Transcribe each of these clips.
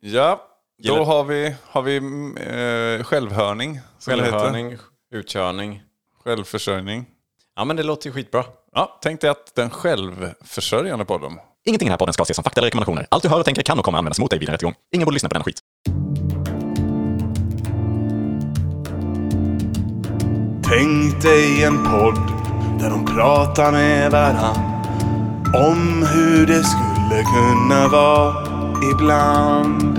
Ja, då har vi självhörning. Självhörning, utkörning. Självförsörjning. Ja, men det låter ju skitbra. Ja, tänk dig att den självförsörjande podden. Ingenting i den här podden ska ses som fakta eller rekommendationer. Allt du hör och tänker kan och kommer användas mot dig vid en rättegång. Ingen borde lyssna på denna skit. Tänk dig en podd där de pratar med varann om hur det skulle kunna vara ibland.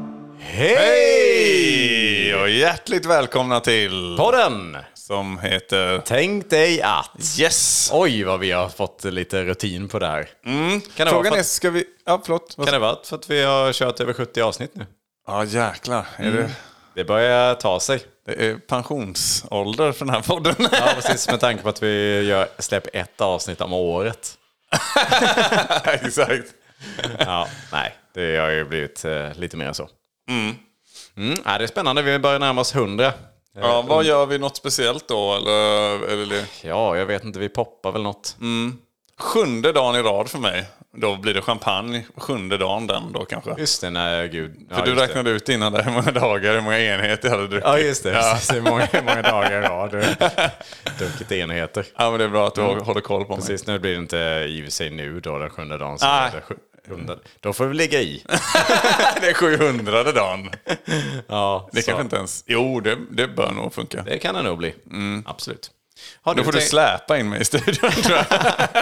Hej! Och hjärtligt välkomna till Podden som heter Tänk dig att. Yes! Oj, vad vi har fått lite rutin på det här. Kan det Frågan vara är, ska vi... Ja, förlåt. Kan det vara för att vi har kört över 70 avsnitt nu? Ja, jäklar. Är det... Det börjar ta sig. Det är pensionsålder för den här podden. Ja, precis, med tanke på att vi släpper ett avsnitt om året. Exakt. Ja, nej, det har ju blivit lite mer så. Ja, det är spännande, vi börjar närma oss 100. Ja, vad gör vi? Något speciellt då? Eller... Ja, jag vet inte, vi poppar väl något. 7:e dagen i rad för mig. Då blir det champagne. 7:e dagen den då kanske. Just det, nej gud. Ja, För du räknade ut innan där hur många dagar, hur många enheter jag hade druckit. Ja, just det. Ja. Precis, många dagar i rad. Druckit enheter. Ja, men det är bra att du håller koll på mig. Precis, nu blir det inte i och för sig nu då, den 7:e dagen. Så Nej. är det 700. Då får vi ligga i. Det är 700:e dagen. Ja, Det så. kanske inte ens... Jo, det bör nog funka. Det kan det nog bli. Absolut. Har Då får du släpa in mig i studion, tror jag.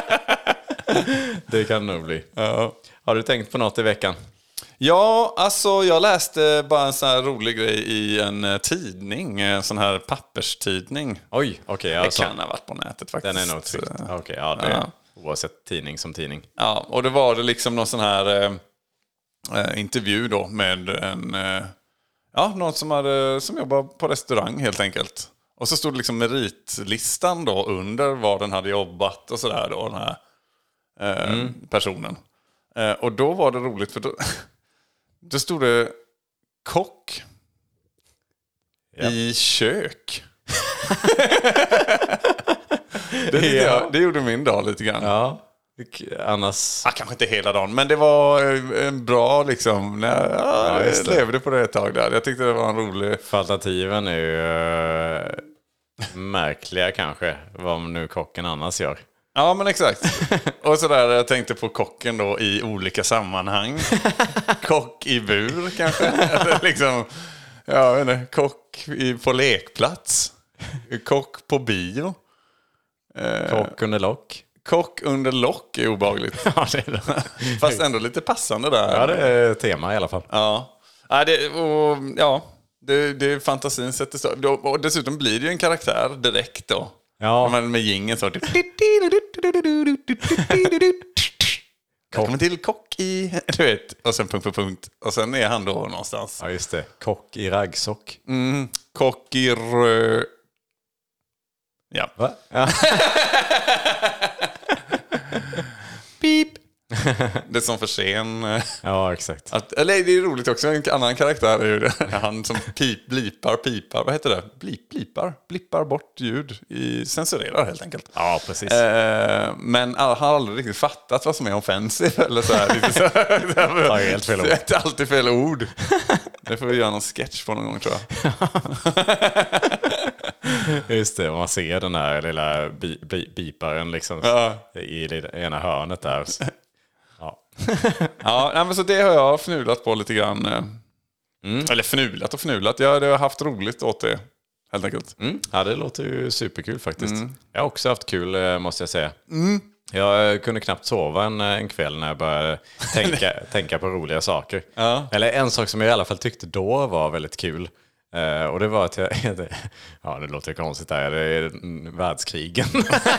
Det kan det nog bli. Ja. Har du tänkt på något i veckan? Ja, alltså jag läste bara en sån här rolig grej i en tidning. En sån här papperstidning. Oj, okej. Det Alltså, kan ha varit på nätet faktiskt. den är nog tryckt. Okej, ja, det är oavsett tidning som tidning. Ja, och det var det liksom någon sån här intervju då med någon som jobbar på restaurang helt enkelt. Och så stod det liksom meritlistan då under var den hade jobbat och sådär då, den här personen. Och då var det roligt för då stod det kock i kök. Det gjorde min dag lite grann. Ja, annars... Kanske inte hela dagen, men det var en bra liksom... Jag levde på det ett tag där. Jag tyckte det var en rolig... För alternativen är ju märkliga kanske, vad nu kocken annars gör. Ja, men exakt. Och sådär, jag tänkte på kocken då i olika sammanhang. Kock i bur kanske. Eller liksom, jag vet inte, kock på lekplats. Kock på bio. Kock under lock. Kock under lock är obehagligt. Ja, det är det. Fast ändå lite passande där. Ja, det är tema i alla fall. Ja. Det är fantasin sätter stå. Och dessutom blir det ju en karaktär direkt då. Ja. Men med jingeln så... Välkommen till kock i... Du vet, och sen punkt. Och sen är han då någonstans. Ja, just det. Kock i raggsock. Kock i rö... Ja. Va? Ja. Pip. Det är som för sen. Ja, exakt. Eller det är roligt också, en annan karaktär är ju det. Han som pipar. Vad heter det? Blippar bort ljud. Censurerar helt enkelt. Ja, precis. Men han har aldrig riktigt fattat vad som är offensive. Eller så här. Det är helt fel ord. Det är alltid fel ord. Det får vi göra någon sketch på någon gång, tror jag. Just det, man ser den här lilla biparen liksom i det ena hörnet där. Ja. Ja, men så det har jag fnulat på lite grann. Eller fnulat. Jag har haft roligt åt det, helt enkelt. Ja, det låter ju superkul faktiskt. Jag har också haft kul, måste jag säga. Jag kunde knappt sova en kväll när jag började tänka på roliga saker. Ja. Eller en sak som jag i alla fall tyckte då var väldigt kul. Och det var att det låter konstigt där, det är världskrigen.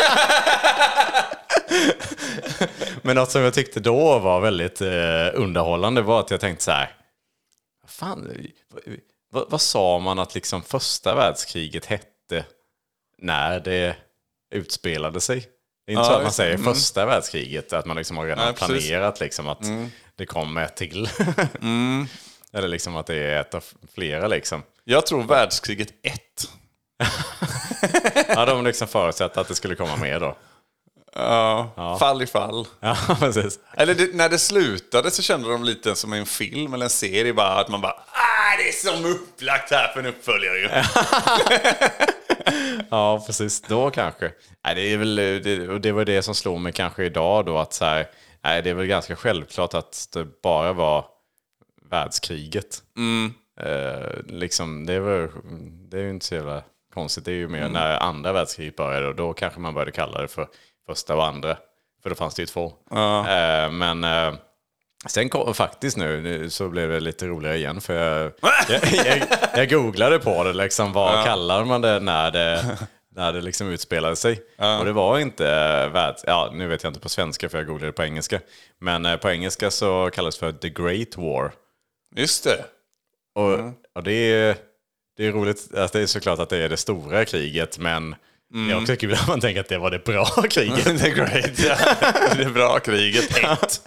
Men något som jag tyckte då var väldigt underhållande var att jag tänkte så här: fan, vad sa man att liksom första världskriget hette när det utspelade sig? Det är inte så att man säger första världskriget, att man liksom har redan planerat liksom att det kommer ett till. Eller liksom att det är ett av flera liksom. Jag tror världskriget 1. Ja, de liksom förutsatt att det skulle komma mer då. Ja, fall i fall. Ja, precis. Eller när det slutade så kände de lite som en film eller en serie. Bara, att man bara, det är som upplagt här för en uppföljare ju. Ja, precis. Då kanske. Nej, det är väl, det var det som slog mig kanske idag då. Att så här, nej, det är väl ganska självklart att det bara var världskriget. Liksom, det är ju inte så jävla konstigt. Det är ju mer när andra världskriget började. Och då kanske man började kalla det för första och andra. För då fanns det ju 2. Men sen faktiskt nu så blev det lite roligare igen. För jag googlade på det. Liksom, vad kallar man det när det liksom utspelade sig? Och det var inte nu vet jag inte på svenska för jag googlade på engelska. Men på engelska så kallas det för The Great War. Just det. Och det är roligt. Alltså det är såklart att det är det stora kriget. Men jag också kul att man tänker att det var det bra kriget. The Great, ja. Det bra kriget 1.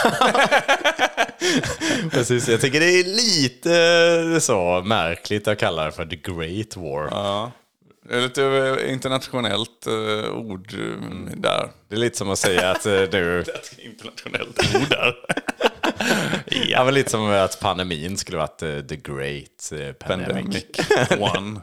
Precis, jag tycker det är lite så märkligt att kalla det för The Great War. Ja. Det är lite internationellt ord där. Det är lite som att säga att du... internationellt ord där. Ja, men lite som att pandemin skulle varit The Great Pandemic. One.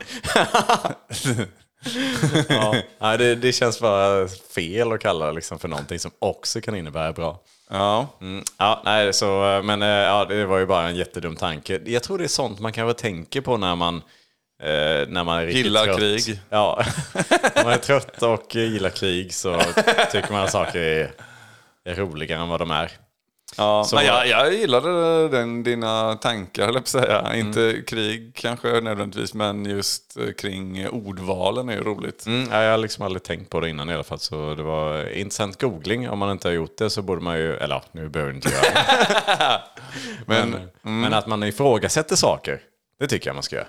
Ja, det känns bara fel att kalla det liksom för någonting som också kan innebära bra. Ja. Ja, nej, så, men det var ju bara en jättedum tanke. Jag tror det är sånt man kanske tänker på när man är riktigt gillar trött. krig. Ja, när man är trött och gillar krig så tycker man att saker är roligare än vad de är. Ja, så, men jag gillade dina tankar, höll jag på att säga. Inte krig kanske nödvändigtvis, men just kring ordvalen är ju roligt. Jag har liksom aldrig tänkt på det innan i alla fall. Så det var intressant googling. Om man inte har gjort det så borde man ju... Eller nu behöver inte göra det. Men att man ifrågasätter saker, det tycker jag man ska göra.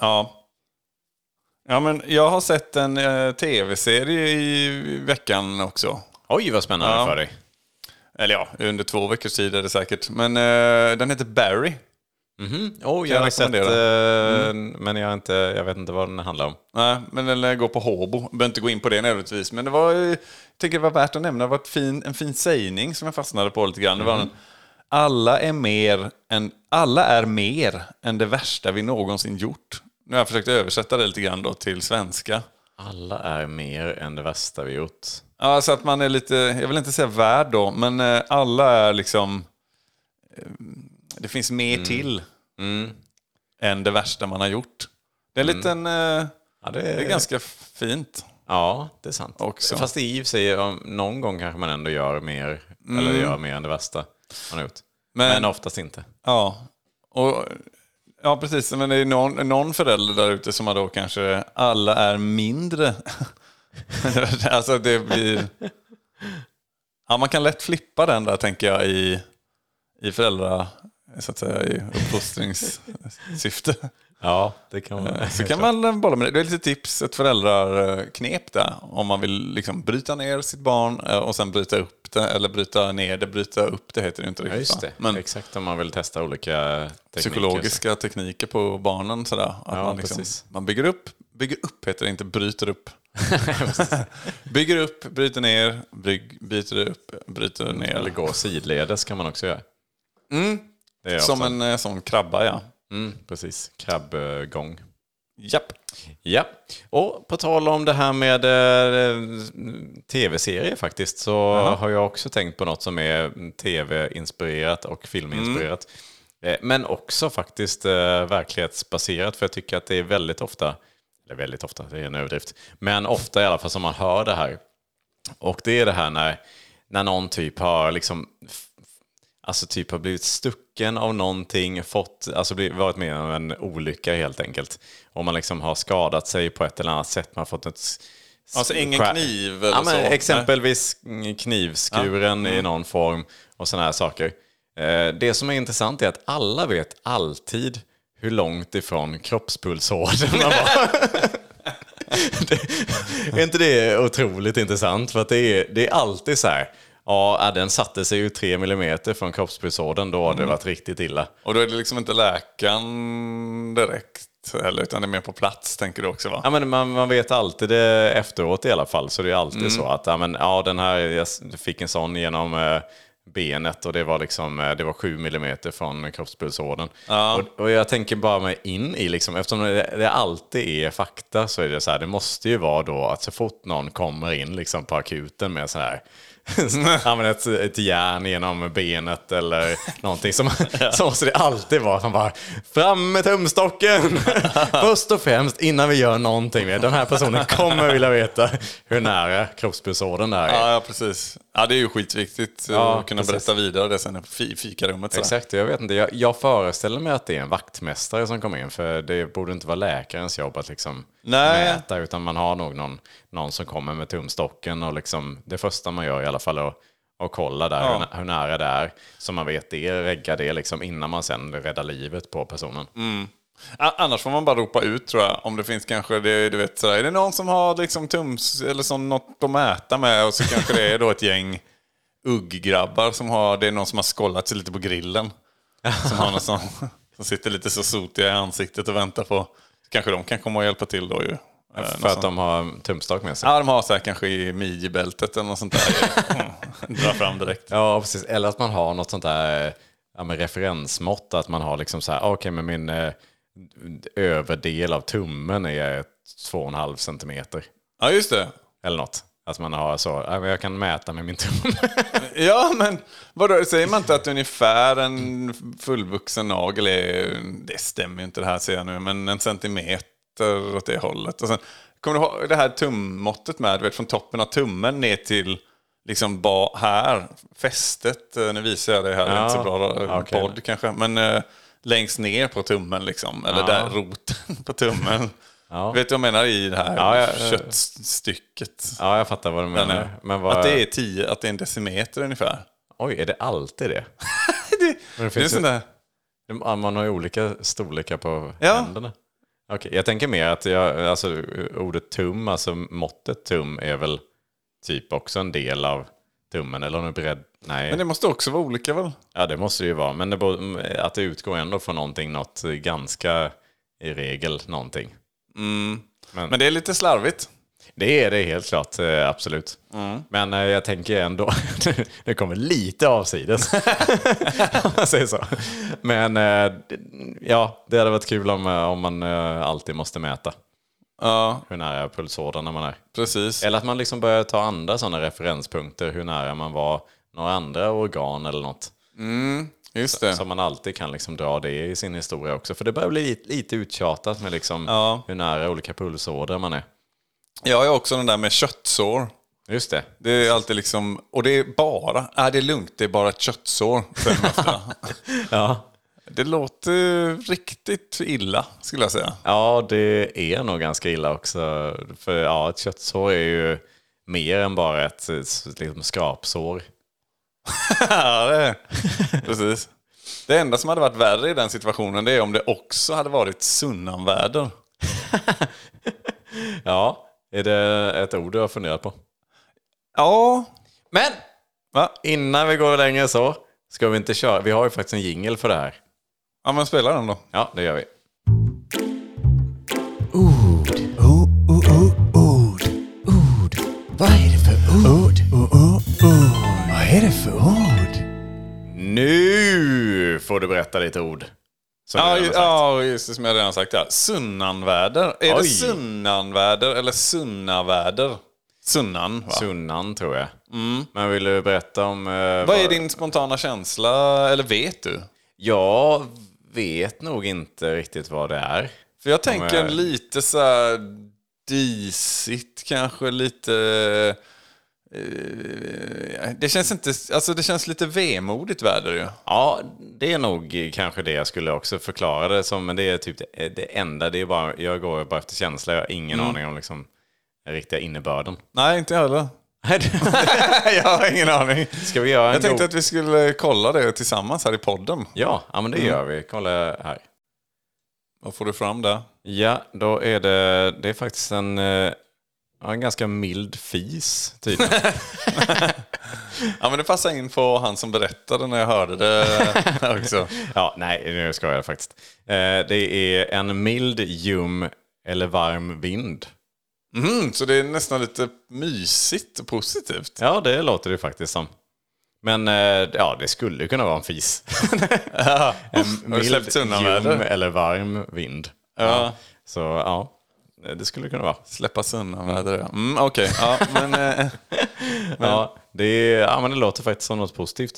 Ja, men jag har sett en tv-serie i veckan också. Oj, vad spännande för dig. Eller ja, under 2 veckors tid är det säkert. Men den heter Barry. Jag har sett, men jag vet inte vad den handlar om. Nej, men den går på Hobo. Jag behöver inte gå in på det nödvändigtvis. Men jag tycker det var värt att nämna. Det var en fin sägning som jag fastnade på lite grann. Det var alla är mer än det värsta vi någonsin gjort. Nu har jag försökt översätta det lite grann då till svenska. Alla är mer än det värsta vi gjort. Ja, så att man är lite, jag vill inte säga värd då, men alla är liksom, det finns mer till än det värsta man har gjort. Det är en liten, det är ganska fint. Ja, det är sant. Också. Fast i och för sig, någon gång kanske man ändå gör mer, eller gör mer än det värsta man har gjort. Men oftast inte. Ja, precis. Men det är någon förälder där ute som har då kanske alla är mindre. Alltså det blir... Ja, man kan lätt flippa den där, tänker jag, i så att säga, i uppfostringssyfte. Ja, det kan man. Så kan man bolla med det. Det är lite tips, ett föräldrarknep där. Om man vill liksom bryta ner sitt barn och sen bryta upp det. Eller bryta ner det, bryta upp det heter det inte riktigt. Ja, just det. Men exakt, om man vill testa olika tekniker. Psykologiska tekniker på barnen. Sådär. Att man, liksom, man bygger upp heter det, inte bryter upp. Bygger upp, bryter ner, byter upp, bryter ner. Eller gå sidledes kan man också göra. Det är som en sån krabba, ja. Precis, krabbgång. Japp. Ja, och på tal om det här med tv-serier faktiskt, så har jag också tänkt på något som är tv-inspirerat och filminspirerat. Men också faktiskt verklighetsbaserat, för jag tycker att det är väldigt ofta, det är en överdrift, men ofta i alla fall som man hör det här. Och det är det här när någon typ har liksom... Alltså typ har blivit stucken av någonting, varit med om en olycka helt enkelt. Och man liksom har skadat sig på ett eller annat sätt. Man har fått ett... Alltså ingen kniv eller så? Exempelvis knivskuren i någon form och såna här saker. Det som är intressant är att alla vet alltid hur långt ifrån kroppspulsådern man var. Är inte det otroligt intressant? För att det är alltid så här... Ja, den satte sig ju 3 millimeter från kroppspulsådern. Då hade det varit riktigt illa. Och då är det liksom inte läkaren direkt, eller, utan det är mer på plats, tänker du också, va? Ja, men man vet alltid det efteråt i alla fall. Så det är alltid så att den här, jag fick en sån genom benet och det var liksom, det var 7 millimeter från kroppspulsådern. Ja. Och jag tänker bara mig in i, liksom, eftersom det alltid är fakta, så är det så här, det måste ju vara då att så fort någon kommer in liksom på akuten med så här ett järn genom benet eller någonting så måste det alltid vara att man bara fram med tumstocken först och främst innan vi gör någonting med. Den här personen kommer vilja veta hur nära kroppspulsådern där är. Ja, precis. Ja, det är ju skitviktigt att kunna berätta vidare det sen i fikarummet. Så. Exakt, jag vet inte. Jag föreställer mig att det är en vaktmästare som kommer in, för det borde inte vara läkarens jobb att liksom mäta, utan man har nog någon som kommer med tumstocken och liksom, det första man gör i alla fall är att kolla där hur nära det är, så man vet regga det liksom innan man sen räddar livet på personen. Annars får man bara ropa ut, tror jag, om det finns kanske det, du vet, sådär, är det någon som har liksom tums eller som något att mäta med, och så kanske det är då ett gäng ugggrabbar som har, det är någon som har skollat sig lite på grillen, som har någon som sitter lite så sotiga i ansiktet och väntar på, kanske de kan komma och hjälpa till då ju. För att de har tumstock med sig. Ja, de har så här kanske i midjebältet eller något sånt där. Dra fram direkt. Ja, precis. Eller att man har något sånt där med referensmått. Att man har liksom så här, okej, men min överdel av tummen är 2,5 centimeter. Ja, just det. Eller något. Att man har så, jag kan mäta med min tumme. Ja, men vadå, säger man inte att ungefär en fullvuxen nagel är, det stämmer ju inte det här, ser jag nu, men 1 centimeter åt det hållet. Och sen kommer du ha det här tummåttet med, du vet, från toppen av tummen ner till liksom här, fästet, nu visar jag det här, det är inte så bra podd kanske, men längst ner på tummen liksom, eller där roten på tummen. Ja. Vet du vad jag menar i det här köttstycket? Ja, jag fattar vad du menar. Men att det är 10, att det är 1 decimeter ungefär. Oj, är det alltid det? det finns sån där. Man har ju olika storlekar på händerna. Okej, jag tänker mer att alltså, ordet tum, alltså måttet tum är väl typ också en del av tummen, eller om du är beredd? Nej. Men det måste också vara olika väl? Ja, det måste det ju vara. Men att det utgår ändå från något ganska i regel någonting. Men det är lite slarvigt. Det är det helt klart, absolut. Men jag tänker ändå, det kommer lite avsides, om man säger så. Men ja, det hade varit kul om man alltid måste mäta hur nära pulsådern man är. Precis. Eller att man liksom börjar ta andra sådana referenspunkter, hur nära man var några andra organ eller något. Just det. Så man alltid kan liksom dra det i sin historia också. För det börjar bli lite uttjatat med liksom hur nära olika pulsådor man är. Jag är också den där med köttsår. Just det. Det är alltid liksom, och det är bara, det är lugnt, det är bara ett köttsår. Ja. Det låter riktigt illa, skulle jag säga. Ja, det är nog ganska illa också. För ett köttsår är ju mer än bara ett liksom skrapsår. Ja, det är precis. Det enda som hade varit värre i den situationen, det är om det också hade varit sunnanväder. Ja, är det ett ord du har funderat på? Ja. Men innan vi går längre så ska vi inte köra. Vi har ju faktiskt en jingle för det här. Ja, men spela den då. Ja, det gör vi. Ord. Vad är det för ord? Vad är det för ord? Nu får du berätta lite ord. Ja, just det, som jag redan sagt. Ja. Sunnanväder. Är det sunnanväder eller sunnaväder? Sunnan, va? Sunnan, tror jag. Men vill du berätta om... vad är din spontana känsla, eller vet du? Jag vet nog inte riktigt vad det är. För jag tänker lite så här disigt, kanske lite... det känns inte, alltså det känns lite vemodigt väder ju. Ja, det är nog kanske det jag skulle också förklara det som, men det är typ det enda, det är bara, jag går bara efter känsla, jag har ingen aning om liksom den riktiga innebörden. Nej, inte jag heller. Jag har ingen aning. Ska vi göra jag tänkte att vi skulle kolla det tillsammans här i podden. Ja, men det gör vi. Kolla här. Vad får du fram där? Ja, då är det är faktiskt en ganska mild fis, typ. Ja, men det passar in på han som berättade när jag hörde det också. Ja, nej, nu ska jag faktiskt. Det är en mild, ljum eller varm vind. Så det är nästan lite mysigt och positivt. Ja, det låter det faktiskt som. Men ja, det skulle kunna vara en fis. En mild, ljum eller varm vind. Ja. Så ja, det skulle kunna vara. Släppas undan väder, ja. Okej. Ja, men... Ja, men det låter faktiskt som något positivt.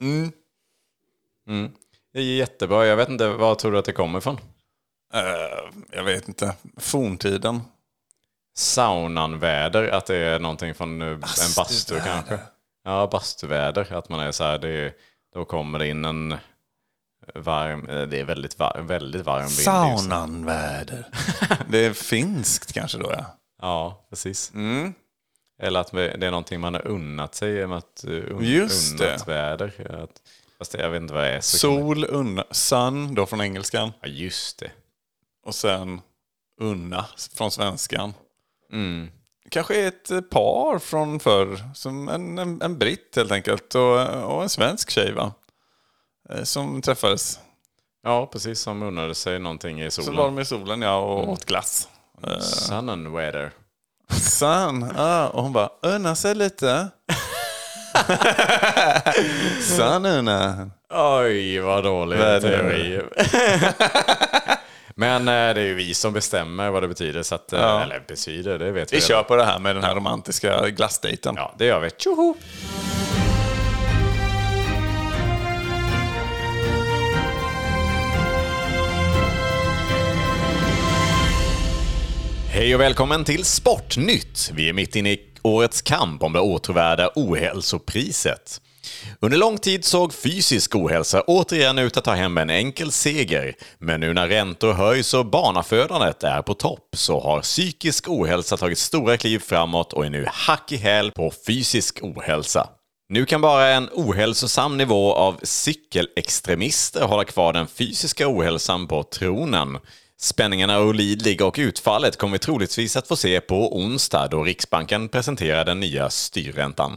Det är jättebra. Jag vet inte, vad tror du att det kommer ifrån? Jag vet inte. Forntiden. Saunanväder, att det är någonting från en bastu kanske. Ja, bastuväder. Att man är så här, då kommer det in en varm, det är väldigt varm vind. Saunanväder. Det är finskt kanske då, ja. Ja, precis. Eller att det är någonting man har unnat sig med att Just unnat väder. Fast jag vet inte vad det är. Sol, sun då från engelskan. Ja, just det. Och sen unna från svenskan. Kanske ett par från förr. Som en britt helt enkelt. Och en svensk tjej, va? Som träffades. Ja, precis, som unnade sig någonting i solen. Så var de i solen, ja, och åt glass. Sun and weather. Sun, och hon bara, unna sig lite. Sun, unna. Oj, vad dålig teori. Men det är ju vi som bestämmer vad det betyder. Så att, eller betyder, det vet vi. Vi kör på det här med den här romantiska glassdejten. Ja, det gör vi. Tjoho! Hej och välkommen till Sportnytt. Vi är mitt inne i årets kamp om det återvärda ohälsopriset. Under lång tid såg fysisk ohälsa återigen ut att ta hem en enkel seger. Men nu när räntor höjs och barnafödandet är på topp så har psykisk ohälsa tagit stora kliv framåt och är nu hack i häl på fysisk ohälsa. Nu kan bara en ohälsosam nivå av cykelextremister hålla kvar den fysiska ohälsan på tronen. Spänningarna är olidliga och utfallet kommer vi troligtvis att få se på onsdag då Riksbanken presenterar den nya styrräntan.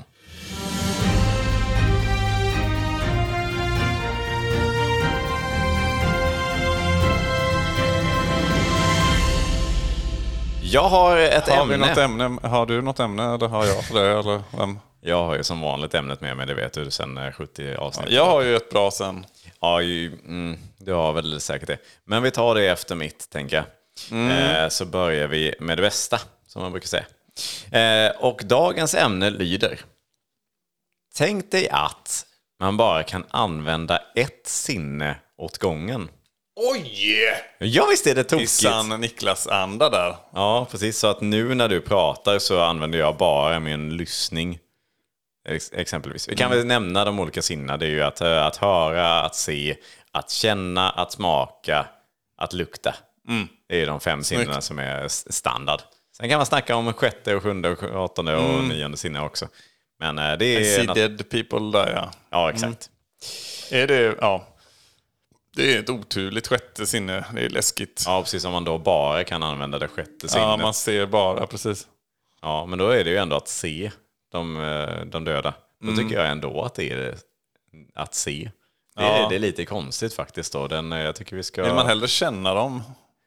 Jag har ett ämne. Har du något ämne eller har jag det? Eller vem? Jag har ju som vanligt ämnet med mig, det vet du, sen 70 avsnitt. Jag har ju ett bra sen. Ja, du har väl säkert det. Men vi tar det efter mitt, tänker jag. Så börjar vi med det bästa, som man brukar säga. Och dagens ämne lyder: tänk dig att man bara kan använda ett sinne åt gången. Oj! Ja, visst är det tokigt. Sann Niklas-anda där. Ja, precis. Så att nu när du pratar så använder jag bara min lyssning. Exempelvis. Vi kan väl nämna de olika sinnena. Det är ju att höra, att se, att känna, att smaka, att lukta. Det är de 5 sinnena som är standard. Sen kan man snacka om 6:e och 7:e och 8:e och 9:e sinne också. Men det är... I see dead people där, ja. Ja, exakt. Är det... Ja. Det är ett oturligt 6:e sinne. Det är läskigt. Ja, precis, om man då bara kan använda det 6:e sinnet. Ja, man ser bara, precis. Ja, men då är det ju ändå att se de döda. Då tycker jag ändå att det är att se. Det är lite konstigt faktiskt då. Jag tycker vi ska... Vill man hellre känna dem?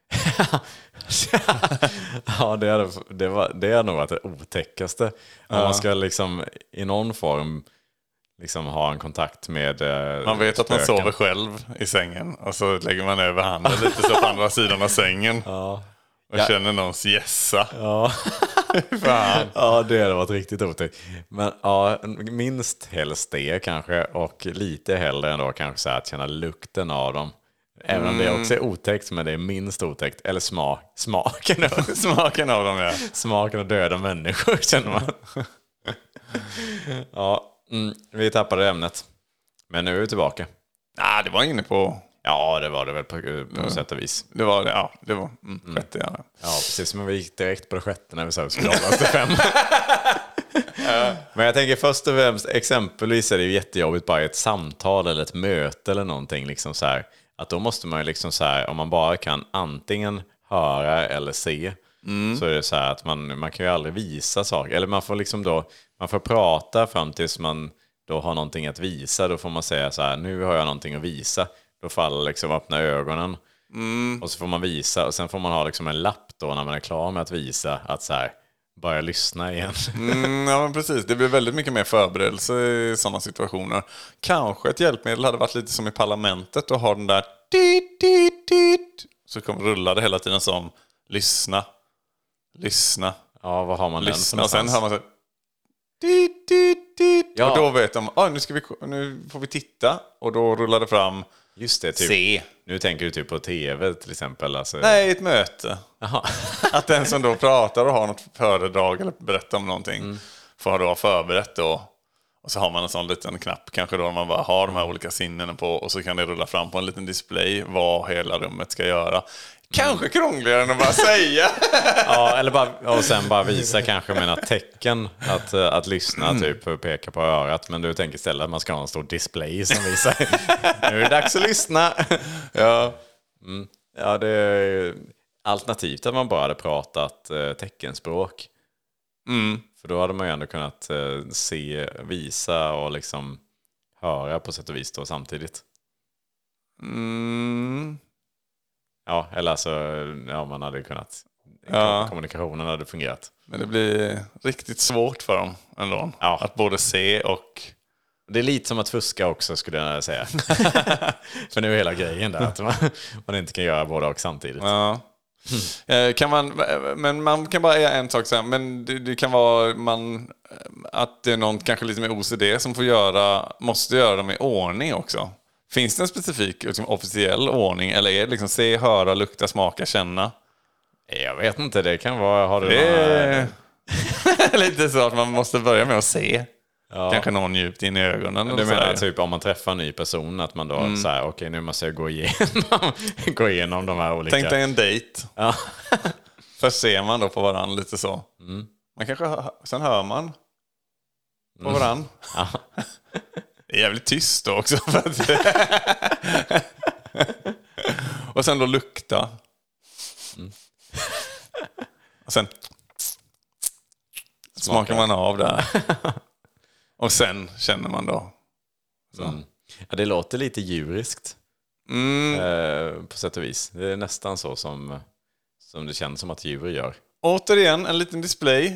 Ja, det är nog varit det otäckaste. Om man ska liksom i någon form liksom ha en kontakt med man vet att man sover själv i sängen och så lägger man över handen lite så på andra sidan av sängen. Och känner någons gässa. Ja. Fan. Ja, det hade varit riktigt otäckt. Men ja, minst helst det kanske. Och lite hellre ändå kanske så här, att känna lukten av dem. Även om det också är otäckt, men det är minst otäckt. Eller smaken av smaken av dem, ja. Smaken av döda människor känner man. Ja, vi tappade ämnet. Men nu är vi tillbaka. Det var inne på... Ja, det var det väl på sätt och vis. Det var det, ja. Det var 6:e, ja. Ja, precis. Men vi gick direkt på det 6:e när vi sa att vi skulle hålla oss till 5. Men jag tänker först och främst, exempelvis är det ju jättejobbigt bara i ett samtal eller ett möte eller någonting. Liksom så här, att då måste man ju liksom så här, om man bara kan antingen höra eller se, så är det så här att man kan ju aldrig visa saker. Eller man får liksom då, man får prata fram tills man då har någonting att visa. Då får man säga så här, nu har jag någonting att visa. Då får alla liksom öppna ögonen. Och så får man visa, och sen får man ha liksom en lapp då när man är klar med att visa att så här, börja lyssna igen. Ja, men precis. Det blir väldigt mycket mer förberedelse i sådana situationer. Kanske ett hjälpmedel hade varit lite som i parlamentet och ha den där så kommer rulla det hela tiden som lyssna. Ja, vad har man Lyssna. den? Och sen hör man så här, Ja. och då vet de, nu får vi titta, och då rullar det fram. Just det, typ. Se. Nu tänker du typ på tv till exempel. Alltså. Nej, ett möte. Jaha. Att den som då pratar och har något föredrag eller berättar om någonting får då ha förberett då. Och så har man en sån liten knapp kanske då man bara har de här olika sinnena på, och så kan det rulla fram på en liten display vad hela rummet ska göra. Kanske krångligare än att bara säga. Ja, eller bara, och sen bara visa kanske med några tecken att lyssna, typ och peka på örat. Men du tänker istället att man ska ha en stor display som visar nu är det dags att lyssna. Ja. Ja, det är alternativt att man bara hade pratat teckenspråk. För då hade man ju ändå kunnat se, visa och liksom höra på sätt och vis då samtidigt. Ja, eller alltså, ja, man hade kunnat, kommunikationen hade fungerat. Men det blir riktigt svårt för dem ändå. Ja. Att både se och... Det är lite som att fuska också, skulle jag säga. För nu är hela grejen där att man inte kan göra båda och samtidigt. Ja. Men man kan bara göra en sak så här, men det kan vara att det är någon kanske lite med OCD som måste göra dem i ordning också. Finns det en specifik liksom, officiell ordning, eller är det liksom se, höra, lukta, smaka, känna? Jag vet inte, det kan vara... Har du det är lite så att man måste börja med att se. Ja. Kanske någon djupt in i ögonen. Du menar typ om man träffar en ny person att man då säger okej, nu måste jag gå igenom de här olika... Tänk dig en dejt. Ja. Först ser man då på varandra lite så. Man kanske sen hör man på varandra. Ja. Det är jävligt tyst då också. Och sen då lukta. Och sen smakar man av där. Och sen känner man då. Ja, det låter lite djuriskt. På sätt och vis. Det är nästan så som det känns som att djur gör. Återigen, en liten display.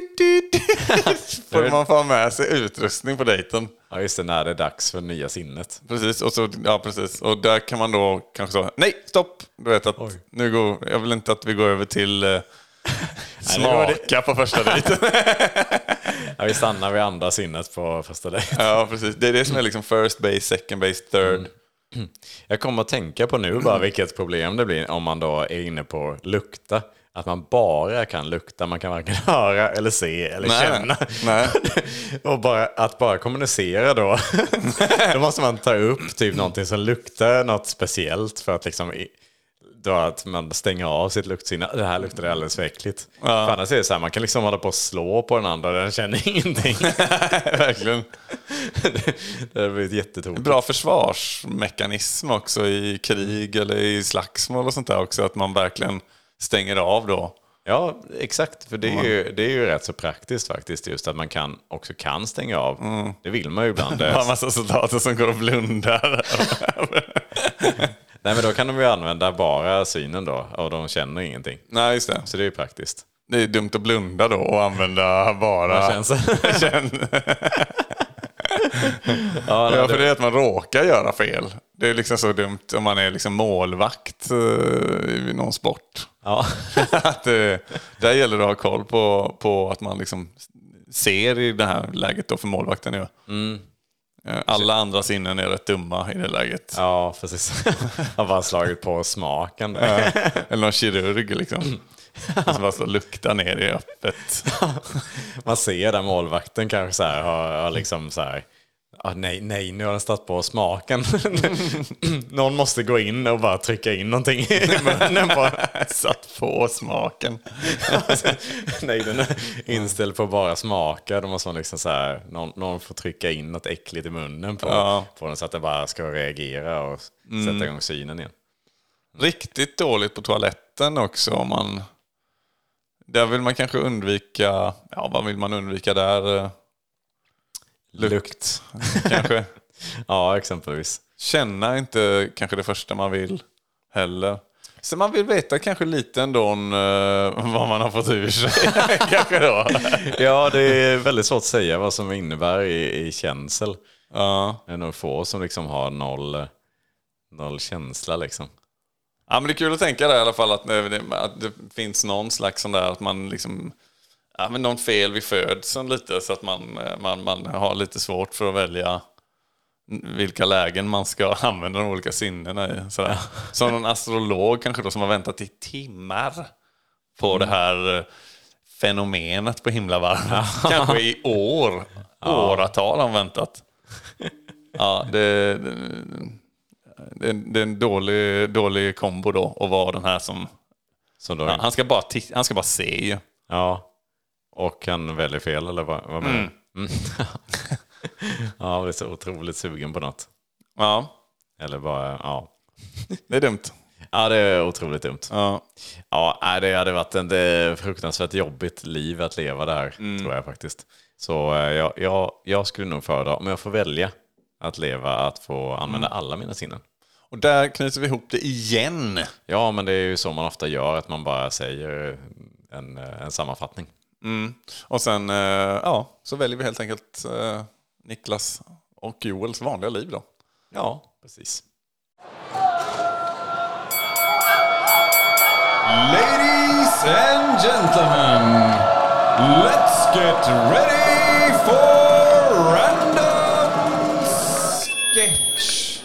Får man få med sig utrustning på dejten. Ja, just det, när det är dags för nya sinnet. Precis, precis. Och där kan man då kanske säga, nej, stopp! Du vet att jag vill inte att vi går över till smaka på första dejten. Ja, vi stannar vid andra sinnet på första dejten. Ja, precis. Det är det som är liksom first base, second base, third. Jag kommer att tänka på nu bara vilket problem det blir om man då är inne på lukta. Att man bara kan lukta, man kan varken höra eller se eller känna. Nej. Och bara kommunicera då. Då måste man ta upp typ någonting som luktar något speciellt för att liksom då att man stänger av sitt luktsinne. Det här luktar alldeles för äckligt. Ja. För annars är det så här, man kan liksom hålla på att slå på den andra och den känner ingenting. Verkligen. Det har blivit jättetokigt. Bra försvarsmekanism också i krig eller i slagsmål och sånt där också. Att man verkligen stänger av då. Ja, exakt. För det är ju rätt så praktiskt faktiskt, just att man kan stänga av. Det vill man ju ibland. Det har en massa soldater som går och blundar. Nej, men då kan de ju använda bara synen då, och de känner ingenting. Nej, just det. Så det är ju praktiskt. Det är dumt att blunda då och använda bara känn. Ja, för det är att man råkar göra fel. Det är liksom så dumt om man är liksom målvakt i någon sport. Ja. Att, där gäller det att ha koll på att man liksom ser i det här läget då för målvakten. Ja. Alla andra sinnen är rätt dumma i det läget. Ja, precis. Har bara slagit på smaken. Eller någon kirurg liksom. Som bara så luktar ner i öppet. Man ser där målvakten kanske så här, har liksom så här... nej, nu har den stått på smaken. Någon måste gå in och bara trycka in någonting i munnen. Bara satt på smaken. Nej, den är inställd på bara smaka. Då måste man liksom så här, någon får trycka in något äckligt i munnen på den så att den bara ska reagera och sätta igång synen igen. Riktigt dåligt på toaletten också om man Där vill man kanske undvika, ja vad vill man undvika där? Lukt kanske. Ja, exempelvis. Känna inte kanske det första man vill heller. Så man vill veta kanske lite ändå vad man har fått ur sig. Kanske då. Ja, det är väldigt svårt att säga vad som innebär i känsel. Ja. Det är nog få som liksom har noll känsla liksom. Ja, men det är kul att tänka där i alla fall att det finns någon slags sån där att man liksom, ja men någon fel vid födseln lite så att man har lite svårt för att välja vilka lägen man ska använda de olika sinnena i. Sådär. Som någon astrolog kanske då som har väntat i timmar på det här fenomenet på himlavarven. Kanske i åratal har väntat. Ja, det är en dålig kombo då att vara den här som då, han ska bara se ju. Ja, och han väljer fel eller vad menar du? Ja, det är så otroligt sugen på något. Ja. Eller bara, ja. Det är dumt. Ja, det är otroligt dumt. Ja. Ja, det hade varit ett fruktansvärt jobbigt liv att leva där, tror jag faktiskt. Så jag skulle nog föredra, om jag får välja att leva, att få använda alla mina sinnen. Och där knyter vi ihop det igen. Ja, men det är ju så man ofta gör, att man bara säger en sammanfattning. Och sen så väljer vi helt enkelt Niklas och Joels vanliga liv då. Ja, precis. Ladies and gentlemen, let's get ready for random sketch.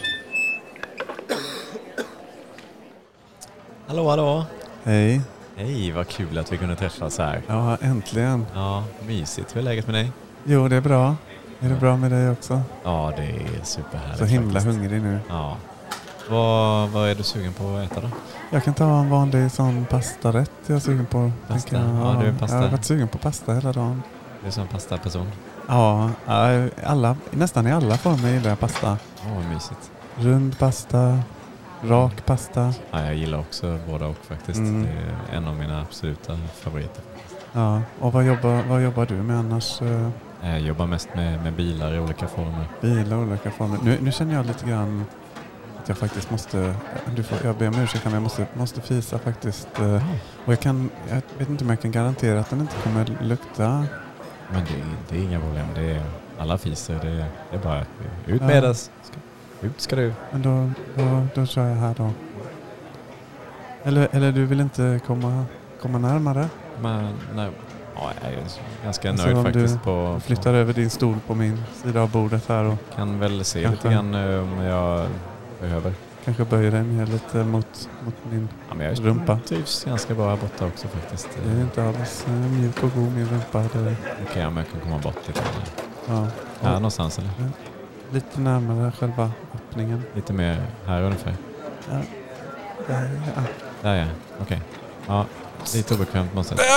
Hallå. Hej. Hej, vad kul att vi kunde träffas här. Ja, äntligen. Ja, mysigt. Hur är läget med dig? Jo, det är bra. Är det bra med dig också? Ja, det är superhärligt. Så himla faktiskt. hungrig nu. Ja. Vad är du sugen på att äta då? Jag kan ta en vanlig sån pastarätt jag är sugen på. Pasta? Ja, Ja, du är pasta. Jag har varit sugen på pasta hela dagen. Du är som en pastaperson. Ja, nästan i alla former gillar jag pasta. Vad mysigt. Rund pasta, rak pasta. Ja, jag gillar också båda och faktiskt. Det är en av mina absoluta favoriter. Ja, och vad jobbar du med annars? Jag jobbar mest med bilar i olika former. Bilar i olika former. Nu känner jag lite grann att jag faktiskt måste... Jag ber om ursäkt, men jag måste fisa faktiskt. Och jag vet inte om jag kan garantera att den inte kommer lukta. Men det är inga problem. Det är alla fiser. Det är bara ut med oss. Ut ska du. Men då kör jag här då. Eller du vill inte komma närmare? Men nej. Ja, jag är ganska Alltså, nöjd faktiskt du på... flyttar över din stol på min sida av bordet här och Kan väl se kanske, lite grann om jag behöver. kanske böjer dig ner lite mot min Ja, men jag rumpa. trivs ganska bra här borta också faktiskt. Det är inte alls mjuk och god min rumpa. Okej, om jag kan komma bort lite. Ja. Här någonstans eller? Lite närmare själva öppningen. Lite mer här ungefär. Ja. Där ja, okej. Ja, lite obekvämt måste jag.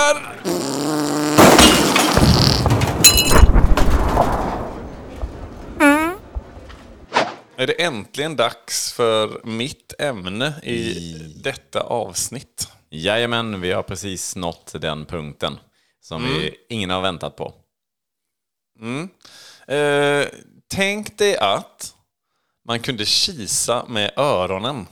Är det äntligen dags för mitt ämne i detta avsnitt? Jajamän, vi har precis nått den punkten som ingen har väntat på. Tänk dig att man kunde kisa med öronen.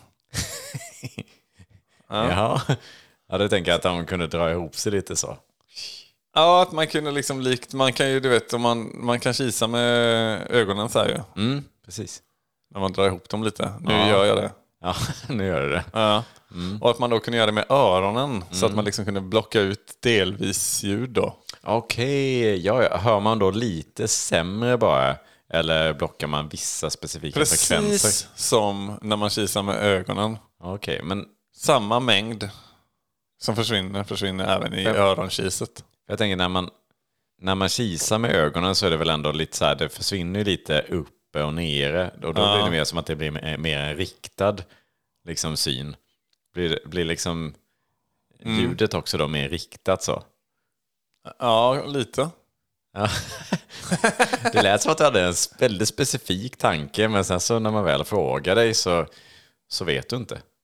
Ja, du tänker att de kunde dra ihop sig lite så. Ja, att man kunde liksom man kan ju, du vet, om man kan kisa med ögonen så här ju. Precis. När man drar ihop dem lite. Nu gör jag det. Ja, nu gör du det. Ja. Och att man då kunde göra det med öronen. Så att man liksom kunde blocka ut delvis ljud då. Okej, ja, hör man då lite sämre bara? Eller blockar man vissa specifika frekvenser? Precis som när man kisar med ögonen. Okej, men Samma mängd som försvinner även i öronkiset. jag tänker när man kisar med ögonen så är det väl ändå lite så här, det försvinner ju lite uppe och nere. Och då blir det mer som att det blir mer en riktad liksom syn. Blir liksom ljudet också då mer riktat så? Ja, lite. Ja. Det lät som att du hade en väldigt specifik tanke, men sen så när man väl frågar dig så vet du inte.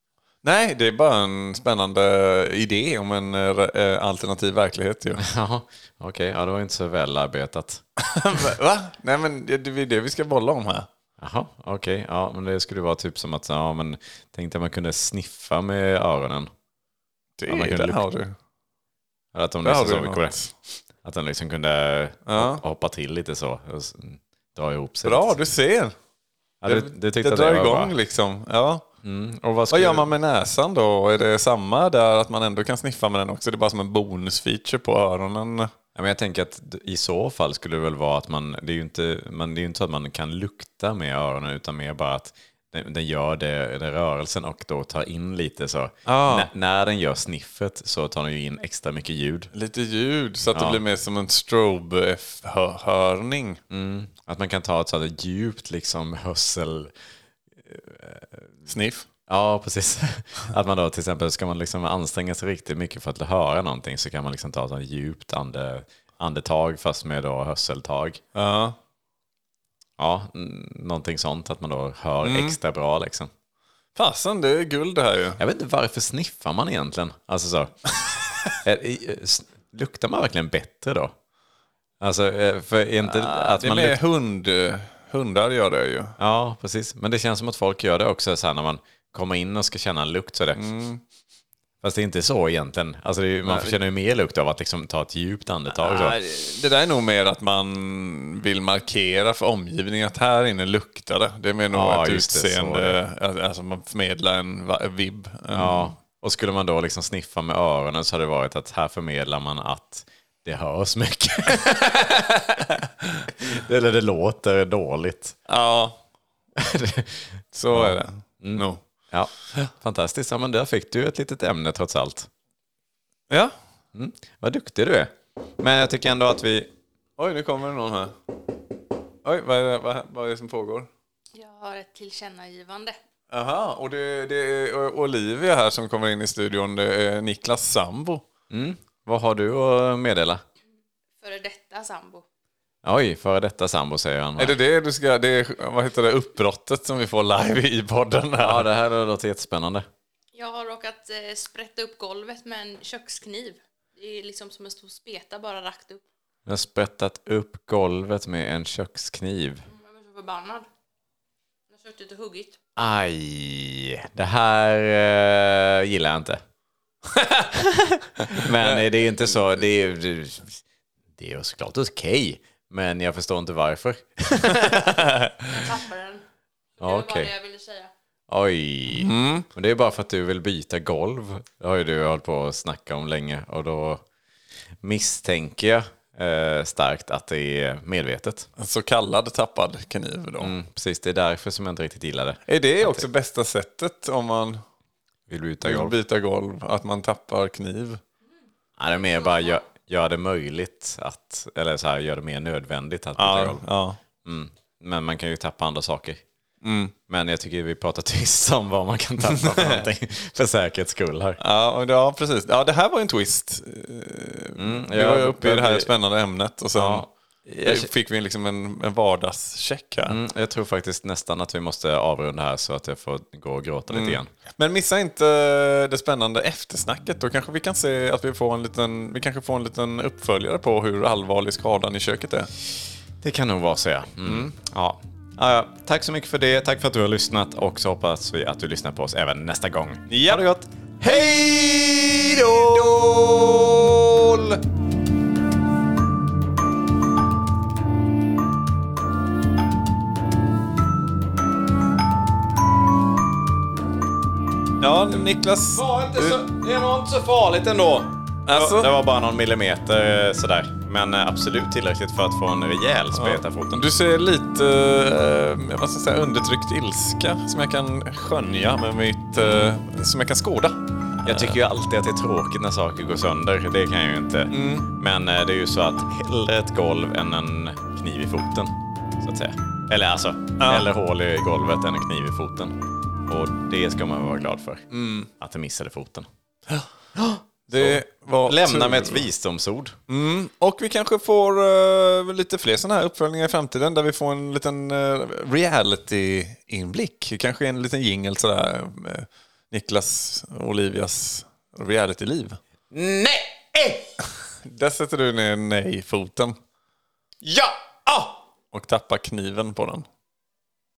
Nej, det är bara en spännande idé om en alternativ verklighet. Ju. Jaha, okej. Ja, det var inte så väl arbetat. Va? Nej, men det är det vi ska bolla om här. Jaha, okej. Ja, men det skulle vara typ som att tänkte att man kunde sniffa med öronen. Det, man kunde har du. Eller att de Där har liksom du så, något. att den liksom kunde hoppa till lite så. Och dra ihop sig. Bra, lite. du ser. Ja, det tyckte det drar var igång bra. liksom. Ja. Och Vad gör man med näsan då? Är det samma där att man ändå kan sniffa med den också? Det är bara som en bonusfeature på öronen. Ja, men jag tänker att i så fall skulle det väl vara att det är ju inte så att man kan lukta med öronen utan mer bara att den gör det rörelsen och då tar in lite så. När den gör sniffet så tar den ju in extra mycket ljud. Lite ljud så att det blir mer som en strobe-hörning. Att man kan ta ett sådant djupt liksom hörsel... Sniff. Ja, precis. Att man då till exempel ska man liksom anstränga sig riktigt mycket för att höra någonting så kan man liksom ta ett sådant djupt andetag fast med då hörseltag. Ja. Ja, någonting sånt att man då hör extra bra liksom. Fasen, det är guld det här ju. Jag vet inte varför sniffar man egentligen? Alltså så. Luktar man verkligen bättre då? Alltså, för inte att det är man mer hundar gör det ju. Ja, precis. Men det känns som att folk gör det också så här, när man kommer in och ska känna en lukt så är det. Fast det är inte så egentligen. Alltså man känner ju mer lukt av att liksom ta ett djupt andetag. Så. Det där är nog mer att man vill markera för omgivningen att här inne luktar det. Det är mer nog ett utseende, alltså man förmedlar en vibb. Ja, och skulle man då liksom sniffa med öronen så hade det varit att här förmedlar man att det hörs mycket. Eller det låter dåligt. Ja, så är det. No. Ja, fantastiskt. Ja, men där fick du ett litet ämne trots allt. Ja. Vad duktig du är. Men jag tycker ändå att vi... Oj, nu kommer det någon här. Oj, vad är det som pågår? Jag har ett tillkännagivande. Aha, och det är Olivia här som kommer in i studion. Det är Niklas sambo. Vad har du att meddela? Före detta sambo. Oj, före detta sambo säger han. Är det du ska... Det är, vad heter det? Uppbrottet som vi får live i podden här. Ja, det här låter jättespännande. Jag har råkat sprätta upp golvet med en kökskniv. Det är liksom som en stor speta bara rakt upp. Jag har sprättat upp golvet med en kökskniv. Jag var så förbannad. Jag har suttit och huggit. Aj, det här gillar jag inte. Men det är inte så... Det är såklart okej. Men jag förstår inte varför. Jag tappade den. Det var bara det jag ville säga. Oj. Men det är bara för att du vill byta golv. Det har ju du hållit på att snacka om länge. Och då misstänker jag starkt att det är medvetet. En så kallad tappad kniv då. Precis, det är därför som jag inte riktigt gillar det. Är det också bästa sättet om man Vill byta vill golv? byta golv? Att man tappar kniv? Ja, det är mer bara gör det möjligt att... Eller så här, gör det mer nödvändigt att byta golv. Ja. Men man kan ju tappa andra saker. Men jag tycker vi pratar tyst om vad man kan tappa för någonting. För säkerhets skull här. Ja, precis. Ja, det här var en twist. Vi var ju uppe i det här spännande ämnet. Och sen fick vi liksom en vardagscheck här. Jag tror faktiskt nästan att vi måste avrunda här så att jag får gå och gråta lite igen. Men missa inte det spännande eftersnacket. Då kanske vi kan se att vi kanske får en liten uppföljare på hur allvarlig skadan i köket är. Det kan nog vara så, ja. Ja. Tack så mycket för det. Tack för att du har lyssnat. Och så hoppas vi att du lyssnar på oss även nästa gång. Ja. Ha det gott! Hej då! Ja, Niklas. Det är nog inte så farligt ändå. Alltså? Det var bara någon millimeter sådär. Men absolut tillräckligt för att få en rejäl speta foten. Du ser lite vad ska jag säga, undertryckt ilska som jag kan skönja med som jag kan skåda. Jag tycker ju alltid att det är tråkigt när saker går sönder. Det kan jag ju inte. Men det är ju så att hellre ett golv än en kniv i foten. Så att säga. Eller alltså, hellre hål i golvet än en kniv i foten. Och det ska man vara glad för. Att det missade foten. Det var Lämna med ett visdomsord. Och vi kanske får lite fler sådana här uppföljningar i framtiden där vi får en liten reality-inblick. Kanske en liten jingle sådär. Niklas och Olivias reality-liv? Nej! Där sätter du ner nej-foten Ja! och tappar kniven på den.